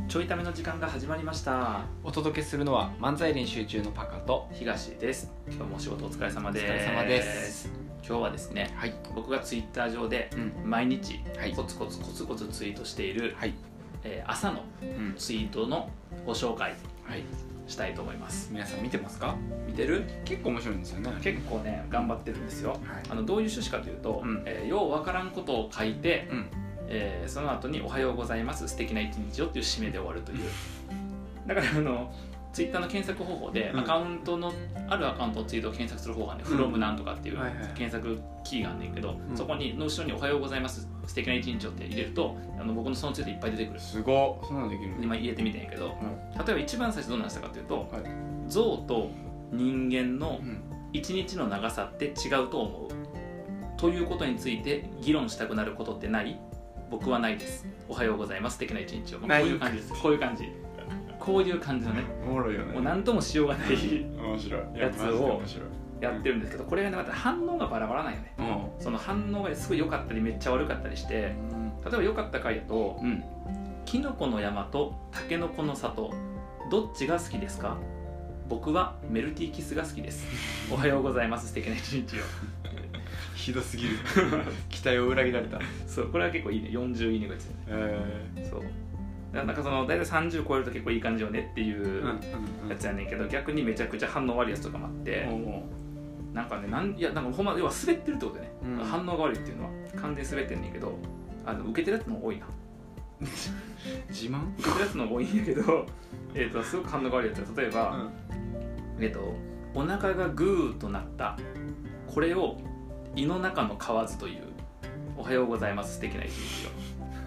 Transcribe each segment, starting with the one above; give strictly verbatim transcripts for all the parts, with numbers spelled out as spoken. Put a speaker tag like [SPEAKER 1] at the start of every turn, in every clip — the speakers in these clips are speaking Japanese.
[SPEAKER 1] ちょいための時間が始まりました。
[SPEAKER 2] お届けするのは漫才練習中のパカと
[SPEAKER 1] 東です。今日もお仕事お疲れ様です。
[SPEAKER 2] お疲れ様です。
[SPEAKER 1] 今日はですね、はい、僕がツイッター上で毎日コツコツコツコツツイートしている、はい、えー、朝のツイートのご紹介したいと思います、
[SPEAKER 2] うん、皆さん見てますか？
[SPEAKER 1] 見てる？
[SPEAKER 2] 結構面白いんですよね。
[SPEAKER 1] 結構ね頑張ってるんですよ、はい、あのどういう趣旨かというと、うん、えー、ようわからんことを書いて、うん、えー、その後におはようございます素敵な一日をっていう締めで終わるという。だからあのツイッターの検索方法でアカウントの、うん、あるアカウントをツイートを検索する方法で、うん、from なんとかっていう検索キーがあんねんけど、うん、そこにの後ろにおはようございます素敵な一日をって入れると、あの僕のそのツイートいっぱい出てくる。
[SPEAKER 2] すごっ、そんなのできるの？
[SPEAKER 1] 今入れてみてんやけど、うん、例えば一番最初どうなしたかというと、はい、象と人間の一日の長さって違うと思う、ということについて議論したくなることってない？僕はないです。おはようございます素敵な一日を、まあ、こういう感じです。こういう感じこういう感じのね、
[SPEAKER 2] おもろいよね、
[SPEAKER 1] もう何ともしようがない
[SPEAKER 2] 面白い
[SPEAKER 1] やつをやってるんですけど、これがねまた反応がバラバラなんよね、うん、その反応がすごい良かったりめっちゃ悪かったりして、うん、例えば良かった回だと、うん、キノコの山とタケノコの里どっちが好きですか？僕はメルティーキスが好きです。おはようございます素敵な一日を。
[SPEAKER 2] ひどすぎる期待を裏切られた。
[SPEAKER 1] そう、これは結構いいね。よんじゅういいねがついてね、えー、そうなんかその大体さんじゅう超えると結構いい感じよねっていうやつやねんけど、逆にめちゃくちゃ反応悪いやつとかもあって、なんかね、なんいやなんかほんま要は滑ってるってことでね、うん、反応が悪いっていうのは完全に滑ってんねんけど、あの受けてるやつの方が多いな。
[SPEAKER 2] 自慢？
[SPEAKER 1] 受けてるやつの方が多いんやけど、えーとすごく反応が悪いやつは例えば、うん、えーとお腹がグーとなったこれを胃の中の蛙という。おはようございます素敵な一日を。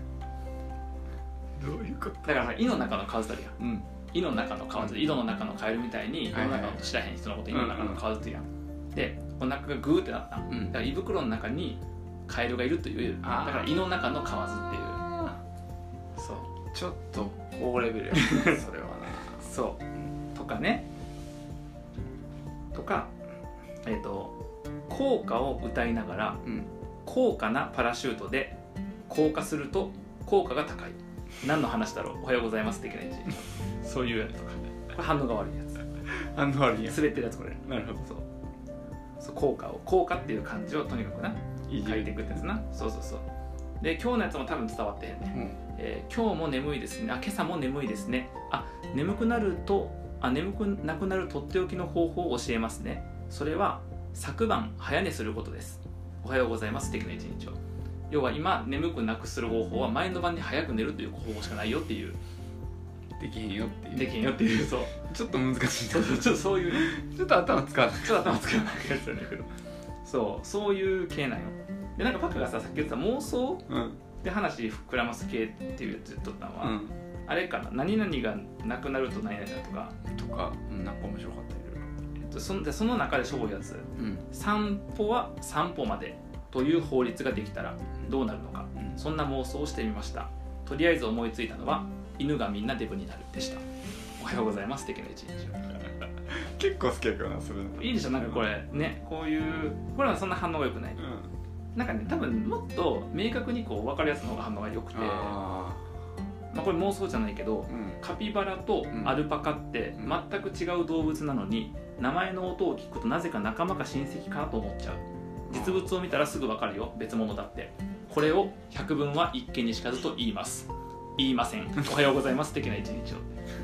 [SPEAKER 2] どういうこと？
[SPEAKER 1] だから胃の中の蛙だるやん、うん、胃の中の蛙、井戸の中のカエルみたいに、はいはい、胃の中の知らへん人のこと胃の中の蛙って言うやん、うんうん、でお腹がグーってなった、うん、だから胃袋の中にカエルがいるという、だから胃の中の蛙っていう。そう
[SPEAKER 2] ちょっと高レベルやねそれはな。
[SPEAKER 1] そう、うん、とかね、とかえっ、ー、と効果を歌いながら、うん、高価なパラシュートで降下すると効果が高い。何の話だろう？おはようございます的な一日。そういうやつとか、これ反応が悪いやつ。
[SPEAKER 2] 反応悪いやつ。
[SPEAKER 1] 滑ってるやつこれ。
[SPEAKER 2] なるほど。
[SPEAKER 1] そう。そう効果を効果っていう漢字をとにかくな、いい書いていくってやつな。そうそうそう。で今日のやつも多分伝わってへんね。うん、えー、今日も眠いですね。あ、今朝も眠いですね。あ、眠くなるとあ眠くなくなるとっておきの方法を教えますね。それは昨晩早寝することです。おはようございます素敵な一日を。要は今眠くなくする方法は前の晩に早く寝るという方法しかないよっていう。
[SPEAKER 2] できへんよっていう。
[SPEAKER 1] できへんよっていう。そう
[SPEAKER 2] ちょっと難しい。
[SPEAKER 1] そうそうちょっとそういう、ね、
[SPEAKER 2] ちょっと頭使わない。
[SPEAKER 1] ちょっと頭使わないやつなんだけど、そうそういう系なんよ。でなんかパクがささっき言ってた妄想、うん、で話膨らます系っていうやつ言っとったのは、うん、あれかな、何々がなくなると何々だとか
[SPEAKER 2] とか、うん、なんか面白かったいろいろ。
[SPEAKER 1] えっとそのでその中でしょぼいやつ、うん、散歩は散歩までという法律ができたらどうなるのか、うん、そんな妄想をしてみました。とりあえず思いついたのは犬がみんなデブになるでした。おはようございます素敵な一日を。
[SPEAKER 2] 結構好きやけどな、それ
[SPEAKER 1] いいでしょ。なんかこれね、こういうこれはそんな反応が良くない、うん、なんかね、多分もっと明確にこう分かるやつの方が反応が良くて、あ、まあ、これ妄想じゃないけど、うん、カピバラとアルパカって全く違う動物なのに、うん、名前の音を聞くとなぜか仲間か親戚かなと思っちゃう。実物を見たらすぐ分かるよ、別物だって。これを百聞は一見にしかずと言います。言いません。おはようございます素敵な一日を。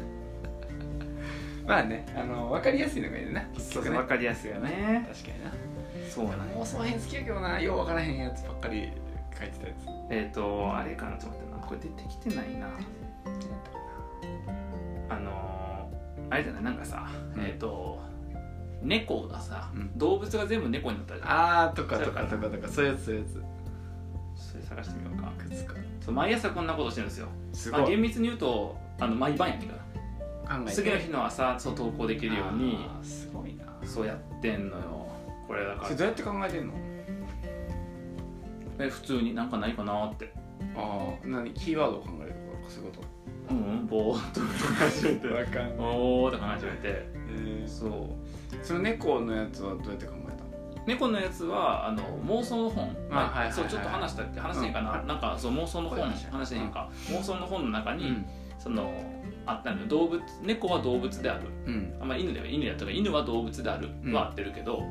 [SPEAKER 2] まあね、あの分かりやすいのがいいな。
[SPEAKER 1] そうそう、分かりやすいよね。
[SPEAKER 2] 確かにな。
[SPEAKER 1] そうなの。
[SPEAKER 2] 妄想編好きやけどな、よう分からへんやつばっかり書いてたやつ。
[SPEAKER 1] えっ、ー、とあれかな、ちょっと待ってな、これ出てきてないな。あのー、あれじゃない、なんかさ、うん、えっ、ー、と猫がさ、うん、動物が全部猫になったじゃん。
[SPEAKER 2] あーとかとかとかとか、そういうやつそういうやつ。
[SPEAKER 1] それ探してみようか。そう、毎朝こんなことしてるんですよ。すごい。まあ、厳密に言うとあの毎晩やねんから。次の日の朝そう投稿できるように、
[SPEAKER 2] すごいな、
[SPEAKER 1] そうやってんのよ。これだから。
[SPEAKER 2] それどうやって考えてんの？
[SPEAKER 1] え、普通になんかないかなって。
[SPEAKER 2] ああ、何キーワードを考えるとかそういうこと？
[SPEAKER 1] うん、ぼーっと考え始めて。
[SPEAKER 2] わかんない。
[SPEAKER 1] おーって考え始めて。
[SPEAKER 2] えー、
[SPEAKER 1] そう。
[SPEAKER 2] その猫のやつはどうやって考えたの？
[SPEAKER 1] 猫のやつはあの妄想の本、
[SPEAKER 2] まあ、はいはいはいはい、
[SPEAKER 1] そうちょっと話したっけ、話してんかな、うん、なんかそう妄想の本話してへんか、妄想の本の中に、うん、そそのあったのよ。動物、猫は動物である、うん、あ、まあ、犬では犬だとか犬は動物であるは合ってるけど、うん、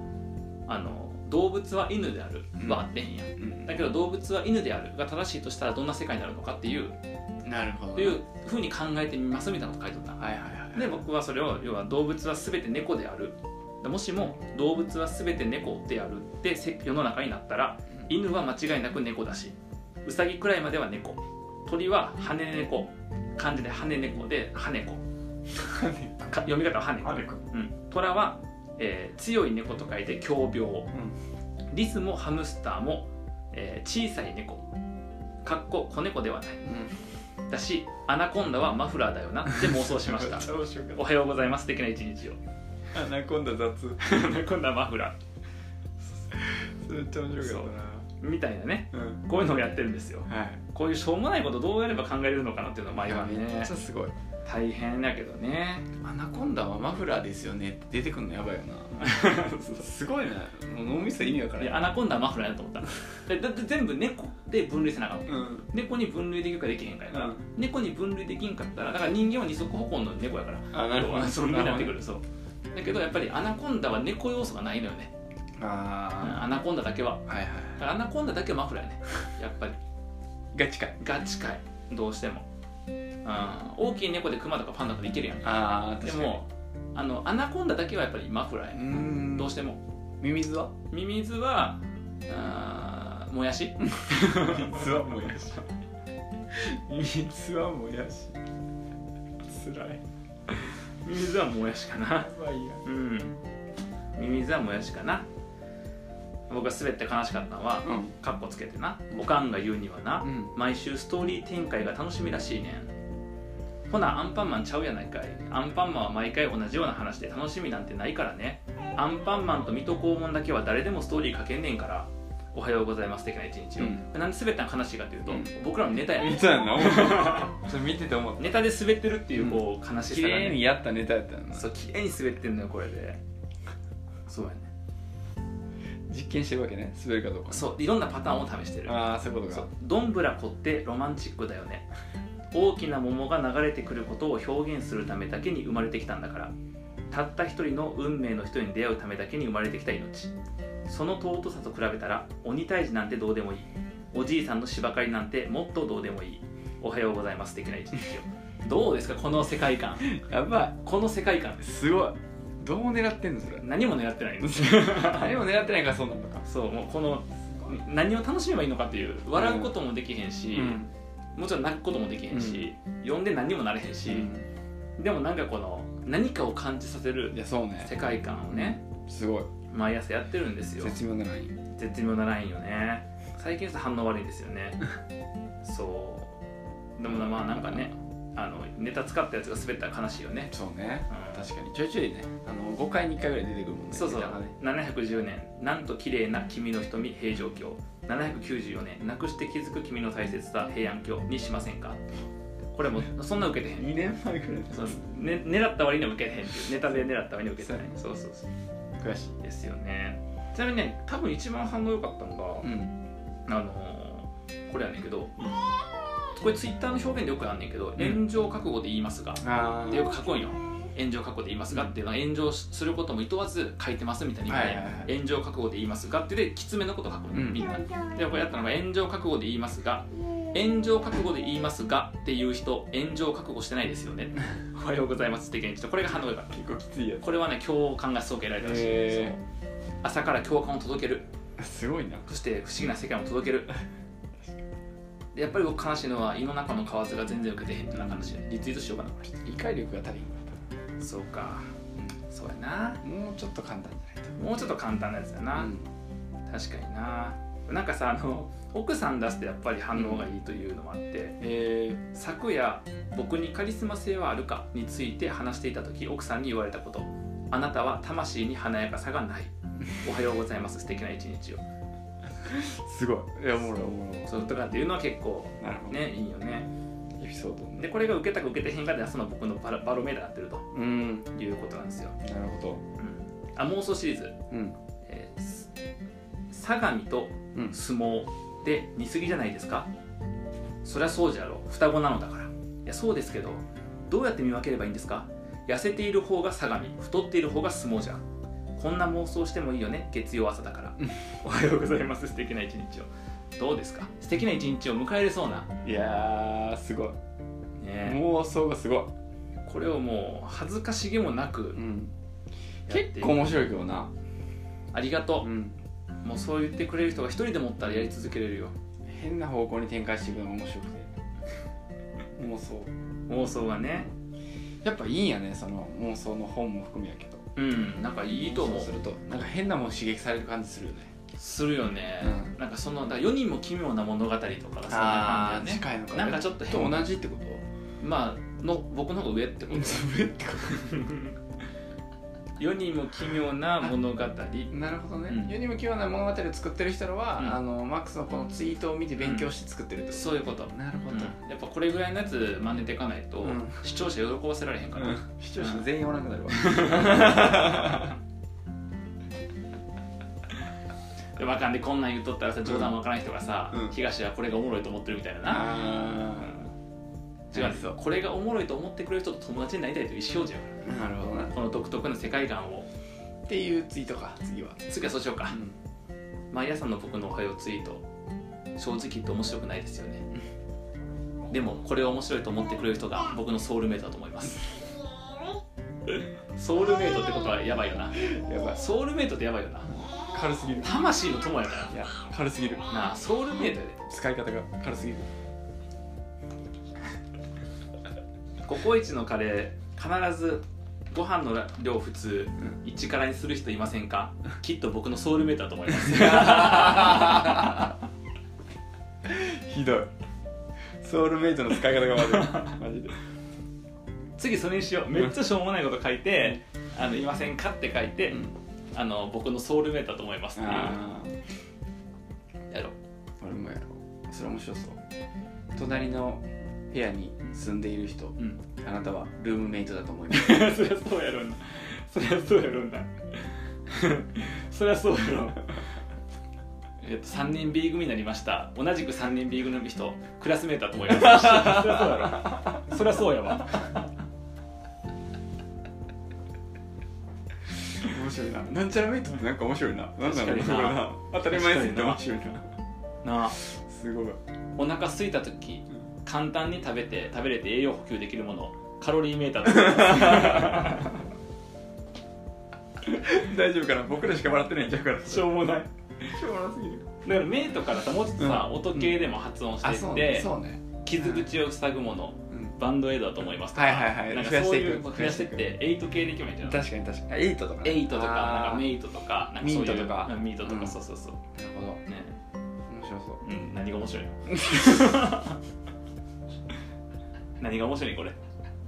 [SPEAKER 1] あの動物は犬であるは合ってへんやん、うん、だけど動物は犬であるが正しいとしたらどんな世界になるのかっていう、
[SPEAKER 2] なるほど、
[SPEAKER 1] というふうに考えてみますみたいなこと書いておった、はいはいはい、で僕はそれを要は動物は全て猫である、もしも動物は全て猫であるって世の中になったら、うん、犬は間違いなく猫だし、ウサギくらいまでは猫、鳥は羽猫、漢字で羽猫で羽猫読み方は羽猫、うん、虎は、えー、強い猫と書いて凶病、うん、リスもハムスターも、えー、小さい猫かっこ子猫ではない、うん、だしアナコンダはマフラーだよなって妄想しましたおはようございます、素敵な一日を。
[SPEAKER 2] アナコンダ雑
[SPEAKER 1] アナコンダマフラ
[SPEAKER 2] ーめっちゃ面白かったな
[SPEAKER 1] みたいなね、うん、こういうのをやってるんですよ、はい、こういうしょうもないことどうやれば考えれるのかなっていうのは毎晩ね、
[SPEAKER 2] めっちゃすごい
[SPEAKER 1] 大変だけどね。
[SPEAKER 2] アナコンダはマフラーですよねって出てくるのやばいよなすごいな、もう脳みそ意味わからない。
[SPEAKER 1] いやアナコンダはマフラーやと思っただって全部猫で分類せなあかん、うん、猫に分類できるかできへんかやから、うん、猫に分類できんかったら、だから人間は二足歩行の猫やから、
[SPEAKER 2] あ、なるほど、
[SPEAKER 1] そうになってくる。そうだけどやっぱりアナコンダは猫要素がないのよね。あ、アナコンダだけは、はいはい、アナコンダだけはマフラーやねやっぱり
[SPEAKER 2] が近い
[SPEAKER 1] が近いどうしても、うん、大きい猫でクマとかパンダとかいけるやん。
[SPEAKER 2] あ、
[SPEAKER 1] でもあのアナコンダだけはやっぱりマフラーや、うん、どうしても。
[SPEAKER 2] ミミズは
[SPEAKER 1] ミミズはあもやし
[SPEAKER 2] ミミズはもやしミミズはもやしつらい
[SPEAKER 1] ミミズはもやしかな。やばいや、うん、ミミズはもやしかな。僕が滑って悲しかったのは、うん、カッコつけてな、おかんが言うにはな、うん、毎週ストーリー展開が楽しみらしいねん。ほなアンパンマンちゃうやないかい。アンパンマンは毎回同じような話で楽しみなんてないからね。アンパンマンと水戸黄門だけは誰でもストーリー書けんねんから。おはようございます、的な一日を、うん、なんで滑ったの悲しいかというと、うん、僕らのネタやねん。
[SPEAKER 2] ネタやなそれ見てて思った。
[SPEAKER 1] ネタで滑ってるっていうこう、うん、悲しさがね、
[SPEAKER 2] 綺麗にやったネタやったよな。
[SPEAKER 1] そう、綺麗に滑ってんのよこれで。そうやね、
[SPEAKER 2] 実験してるわけね、滑るかどうか。
[SPEAKER 1] そう、いろんなパターンを試してる。
[SPEAKER 2] ああ、そういうことか。
[SPEAKER 1] どんぶらこってロマンチックだよね。大きな桃が流れてくることを表現するためだけに生まれてきたんだから。たった一人の運命の人に出会うためだけに生まれてきた命。その尊さと比べたら鬼退治なんてどうでもいい。おじいさんの芝刈りなんてもっとどうでもいい。おはようございます、素敵な一日をどうですかこの世界観。
[SPEAKER 2] やばい、
[SPEAKER 1] この世界観
[SPEAKER 2] すごい。どう狙ってんのそれ。
[SPEAKER 1] 何も狙ってないんです
[SPEAKER 2] 何も狙ってないからそうなのか。
[SPEAKER 1] そう、もうこの何を楽しめばいいのかっていう、笑うこともできへんし、うん、もちろん泣くこともできへんし、うん、読んで何にもなれへんし、うん、でもなんかこの何かを感じさせる世界観をね、
[SPEAKER 2] うん、すごい
[SPEAKER 1] 毎朝やってるんですよ。
[SPEAKER 2] 絶妙なライン。
[SPEAKER 1] 絶妙なラインよね。最近さ反応悪いんですよねそうでもまあなんかね、あのネタ使ったやつが滑ったら悲しいよね。
[SPEAKER 2] そうね、うん、確かにちょいちょいね、あのごかいにいっかいぐらい出てくるもんね。
[SPEAKER 1] そうそう、ね、ななひゃくじゅうねんなんと綺麗な君の瞳平城京、ななひゃくきゅうじゅうよねんなくして気づく君の大切さ平安京にしませんか。これもそんな受けてへん。
[SPEAKER 2] にねんまえぐらい
[SPEAKER 1] そう、ね、狙った割には受けてへんっていう、ネタで狙った割には受けてない。そうそうそう、
[SPEAKER 2] 悔しい
[SPEAKER 1] ですよね。ちなみにね、多分一番反応良かったのが、うん、あのー、これやねんけど、うん、これツイッターの表現でよくあんねんけど、うん、炎上覚悟で言いますがってよく書くんよ。炎上覚悟で言いますがっていうのは炎上することもいとわず書いてますみたいに言って、はいはいはい、炎上覚悟で言いますがってできつめのこと書くの、うん、みんなでこれやったのが炎上覚悟で言いますが、炎上覚悟で言いますがっていう人炎上覚悟してないですよねおはようございますって言って、これが反応良かった。
[SPEAKER 2] 結構きついやつ。
[SPEAKER 1] これはね、共感がすごく得られたらしい。そう、朝から共感を届ける。
[SPEAKER 2] すごいな。
[SPEAKER 1] そして不思議な世界を届けるでやっぱり僕悲しいのは胃の中の蛙が全然受けてへんってな感じでリツイートしようかな。これ
[SPEAKER 2] 理解力が足りんか
[SPEAKER 1] った。そうか、うん、そうやな。
[SPEAKER 2] もうちょっと簡単じゃないと。
[SPEAKER 1] もうちょっと簡単なやつやな、うん、確かにな。なんかさ、あの奥さん出すとやっぱり反応がいいというのもあって、うんえー、昨夜僕にカリスマ性はあるかについて話していた時、奥さんに言われたこと。あなたは魂に華やかさがないおはようございます素敵な一日を
[SPEAKER 2] すごい。いや、おもろいおもろい。
[SPEAKER 1] そうとかっていうのは結構ね、いいよね。
[SPEAKER 2] エピソード、ね、
[SPEAKER 1] でこれが受けたか受けてへんかでその僕のバロ、バロメーターになってると、うん、いうことなんですよ。
[SPEAKER 2] なるほど、うん、
[SPEAKER 1] あ妄想シリーズ、うんえー、相模と相撲で似すぎじゃないですか、うん、そりゃそうじゃろう、双子なのだからやそうですけどどうやって見分ければいいんですか？痩せている方が相模、太っている方が相撲じゃん。こんな妄想してもいいよね、月曜朝だからおはようございます、素敵な一日を。どうですか、素敵な一日を迎えれそうな。
[SPEAKER 2] いやーすごい、
[SPEAKER 1] ね、
[SPEAKER 2] 妄想がすごい。
[SPEAKER 1] これをもう恥ずかしげもなく、
[SPEAKER 2] うん、結構面白いけどな。
[SPEAKER 1] ありがとう、
[SPEAKER 2] うん、
[SPEAKER 1] もうそう言ってくれる人が一人でもったらやり続けれるよ。
[SPEAKER 2] 変な方向に展開していくのが面白くて妄想
[SPEAKER 1] 妄想がね
[SPEAKER 2] やっぱいいんやね、その妄想の本も含めやけど。
[SPEAKER 1] うん、なんかいいと思う。
[SPEAKER 2] そうするとなんか変なもん刺激される感じするよね。
[SPEAKER 1] するよね、うん、なんかそのだからよにんも奇妙な物語とかがそんな感じだね。
[SPEAKER 2] 近いのか
[SPEAKER 1] なんかちょっと変
[SPEAKER 2] と同じってこと？
[SPEAKER 1] まあの僕の方が上ってこと
[SPEAKER 2] 上ってこと
[SPEAKER 1] 世にも奇妙な物語。
[SPEAKER 2] なるほどね、
[SPEAKER 1] うん、
[SPEAKER 2] 世にも奇妙な物語を作ってる人らは、うん、あのマックスのこのツイートを見て勉強して作ってるってこと、
[SPEAKER 1] うん、そういうこと。
[SPEAKER 2] なるほど、
[SPEAKER 1] うん、やっぱこれぐらいのやつ真似ていかないと、うん、視聴者喜ばせられへんから、うん、
[SPEAKER 2] 視聴者全員おらなくなるわ
[SPEAKER 1] でわかんでこんなん言うとったらさ冗談わからん人がさ、うん、東はこれがおもろいと思ってるみたいなな。あ違うんですよ、これがおもろいと思ってくれる人と友達になりたいという意思表示やから。
[SPEAKER 2] なるほどな。
[SPEAKER 1] この独特な世界観を
[SPEAKER 2] っていうツイートか。次は
[SPEAKER 1] 次はそうしようか、うん、毎朝の僕のおはようツイート正直言って面白くないですよね、うん、でもこれを面白いと思ってくれる人が僕のソウルメイトだと思いますソウルメイトってことはやばいよな。
[SPEAKER 2] やばい。
[SPEAKER 1] ソウルメイトってやばいよな。
[SPEAKER 2] 軽すぎる。
[SPEAKER 1] 魂の友やから。
[SPEAKER 2] いや軽すぎる
[SPEAKER 1] なあ。ソウルメイトやで。
[SPEAKER 2] 使い方が軽すぎる。
[SPEAKER 1] ココイチのカレー必ずご飯の量普通、うん、いち辛にする人いませんか？きっと僕のソウルメイトだと思います
[SPEAKER 2] ひどい。ソウルメイトの使い方が悪いマジで。
[SPEAKER 1] 次それにしよう。めっちゃしょうもないこと書いて、うん、あのいませんかって書いて、うん、あの僕のソウルメイトだと思いますっていう。やろう。
[SPEAKER 2] 俺もやろう。それ面白そう。隣の部屋に住んでいる人、うん、あなたはルームメイトだと思います
[SPEAKER 1] そりゃそうやろうな。そりゃそうやろうなそりゃそうやろうえっとさんにん B 組になりました。同じくさんにん B 組の人クラスメイトだと思いますそりゃそうやろ。そりゃそうやわ
[SPEAKER 2] 面白いな。なんちゃらメイトってなんか面白いな。なんだろうな。当たり前すぎて面白いな。
[SPEAKER 1] なあ
[SPEAKER 2] すごい。
[SPEAKER 1] お腹空いた時簡単に食べて食べれて栄養補給できるものカロリーメーター
[SPEAKER 2] 大丈夫かな。僕らしか笑ってないんちゃうから。
[SPEAKER 1] しょうもない。
[SPEAKER 2] しょうもなすぎる。
[SPEAKER 1] だからメイトからさもうちょっとさ、うん、音系でも発音してって、うんそうね、傷口を塞ぐもの、うん、バンドエイドだと思いますとか、
[SPEAKER 2] はいはいはい、
[SPEAKER 1] なんかそういう増やしてってエイト系でいけばいいんじゃない？
[SPEAKER 2] 確かに確かに。エイトとか
[SPEAKER 1] エイトとかなんかメイトとかなんかそういう
[SPEAKER 2] ミートとか
[SPEAKER 1] ミートとか、うん、そうそうそう。
[SPEAKER 2] なるほどね。面白そう。
[SPEAKER 1] うん、何が面白いの何が面白いこれ。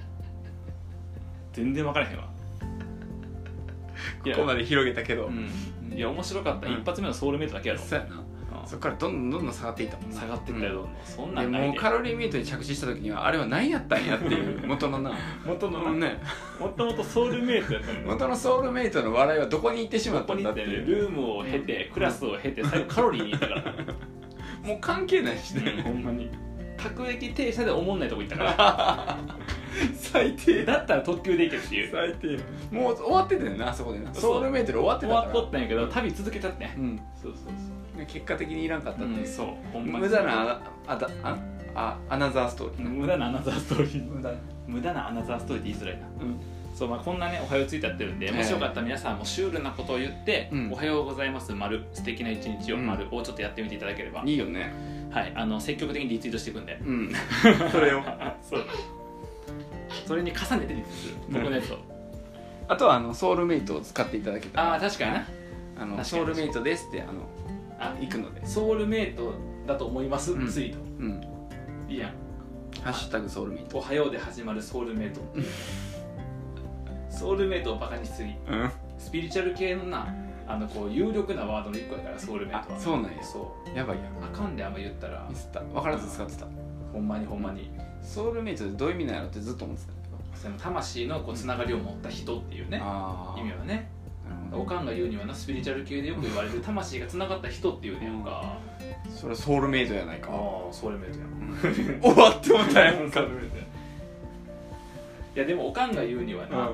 [SPEAKER 1] 全然分からへんわ。
[SPEAKER 2] ここまで広げたけど、
[SPEAKER 1] うん、いや面白かった、うん、一発目のソウルメイトだけやろ。
[SPEAKER 2] そうやな、うん、そっからどんどんどんどん下がっていったもんな。
[SPEAKER 1] 下がっていったよ、どんどん、そんな
[SPEAKER 2] んないで。もうカロリーメイトに着地した時にはあれは何やったんやっていう元のな
[SPEAKER 1] 元のね、もともとソウルメイトやったの
[SPEAKER 2] 元のソウルメイトの笑いはどこに行ってしまったんだっていう。
[SPEAKER 1] ルームを経てクラスを経て最後カロリーに行ったから
[SPEAKER 2] もう関係ないしね、
[SPEAKER 1] うん、ほんまに各駅停車でおもんないとこ行ったから
[SPEAKER 2] 最低
[SPEAKER 1] だったら特急で行けっていう。
[SPEAKER 2] 最低。もう終わってたよな、あそこでな。ソウルメイトで終わってたから。
[SPEAKER 1] 終わっとったんやけど旅続けちゃって、うん、そうそうそう。
[SPEAKER 2] 結果的にいらんかったっていう、
[SPEAKER 1] うん、そうほんまに
[SPEAKER 2] 無駄なあだああアナザーストーリー。
[SPEAKER 1] 無駄なアナザーストーリー無駄無駄なアナザーストーリーって言いづらいな、うん、そう、まあ、こんなねおはようついてやってるんで、もしよかったら皆さんもシュールなことを言って、うん、おはようございます丸素敵な一日を丸をちょっとやってみていただければ、
[SPEAKER 2] うん、いいよね。
[SPEAKER 1] はい、あの積極的にリツイートしていくんで、
[SPEAKER 2] うん、それを
[SPEAKER 1] そうそれに重ねてリツイートする僕のやつを
[SPEAKER 2] あとはあのソウルメイトを使っていただけたら。
[SPEAKER 1] ああ確かにな。
[SPEAKER 2] あのソウルメイトですってあの
[SPEAKER 1] あ
[SPEAKER 2] 行くので、
[SPEAKER 1] ソウルメイトだと思います、うん、ツイート、うん、いいやん。
[SPEAKER 2] ハッシュタグソウルメイト。
[SPEAKER 1] おはようで始まるソウルメイトソウルメイトをバカにしすぎ、うん、スピリチュアル系のなあのこう有力なワードの一個やからソウルメイトは。
[SPEAKER 2] あ、そうなんや。
[SPEAKER 1] そう
[SPEAKER 2] やばいや
[SPEAKER 1] あかんであんま言ったら
[SPEAKER 2] ミスった。分からず使ってた、うん、
[SPEAKER 1] ほんまにほんまに。
[SPEAKER 2] ソウルメイトってどういう意味なんやろってずっと思ってたんだけど、
[SPEAKER 1] その魂のこうつながりを持った人っていうね、うん、意味はね。おかんが言うにはな、スピリチュアル系でよく言われる魂がつながった人っていうねんか、
[SPEAKER 2] うん、それはソウルメイトやないか。
[SPEAKER 1] ああソウルメイトやん
[SPEAKER 2] 終わってもたやんか
[SPEAKER 1] いやでもおかんが言うにはな、うん、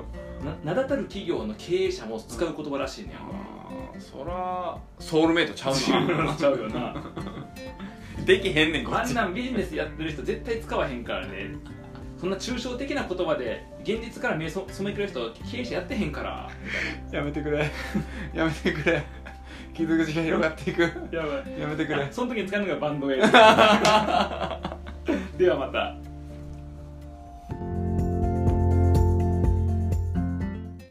[SPEAKER 1] な名だたる企業の経営者も使う言葉らしいねん。あ
[SPEAKER 2] そらソウルメイトちゃうな
[SPEAKER 1] ちゃうよな
[SPEAKER 2] できへんねんこっち。
[SPEAKER 1] あんなんビジネスやってる人絶対使わへんからね。そんな抽象的な言葉で現実から目そ染めくれる人経営者やってへんから
[SPEAKER 2] やめてくれやめてくれ傷口が広がっていく
[SPEAKER 1] やばい
[SPEAKER 2] やめてくれ。
[SPEAKER 1] その時に使うのがバンドエイドではまた。